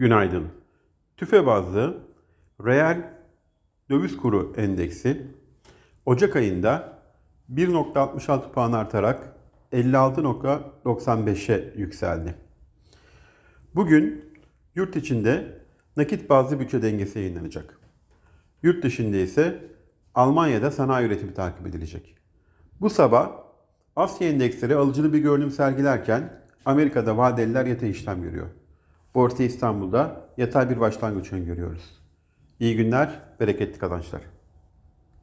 Günaydın. TÜFE bazlı reel döviz kuru endeksi Ocak ayında 1,66 puan artarak 56,95'e yükseldi. Bugün yurt içinde nakit bazlı bütçe dengesi yayınlanacak. Yurt dışında ise Almanya'da sanayi üretimi takip edilecek. Bu sabah Asya endeksleri alıcılı bir görünüm sergilerken Amerika'da vadeliler yatay işlem görüyor. Borsa İstanbul'da yatay bir başlangıç öngörüyoruz. İyi günler, bereketli kazançlar.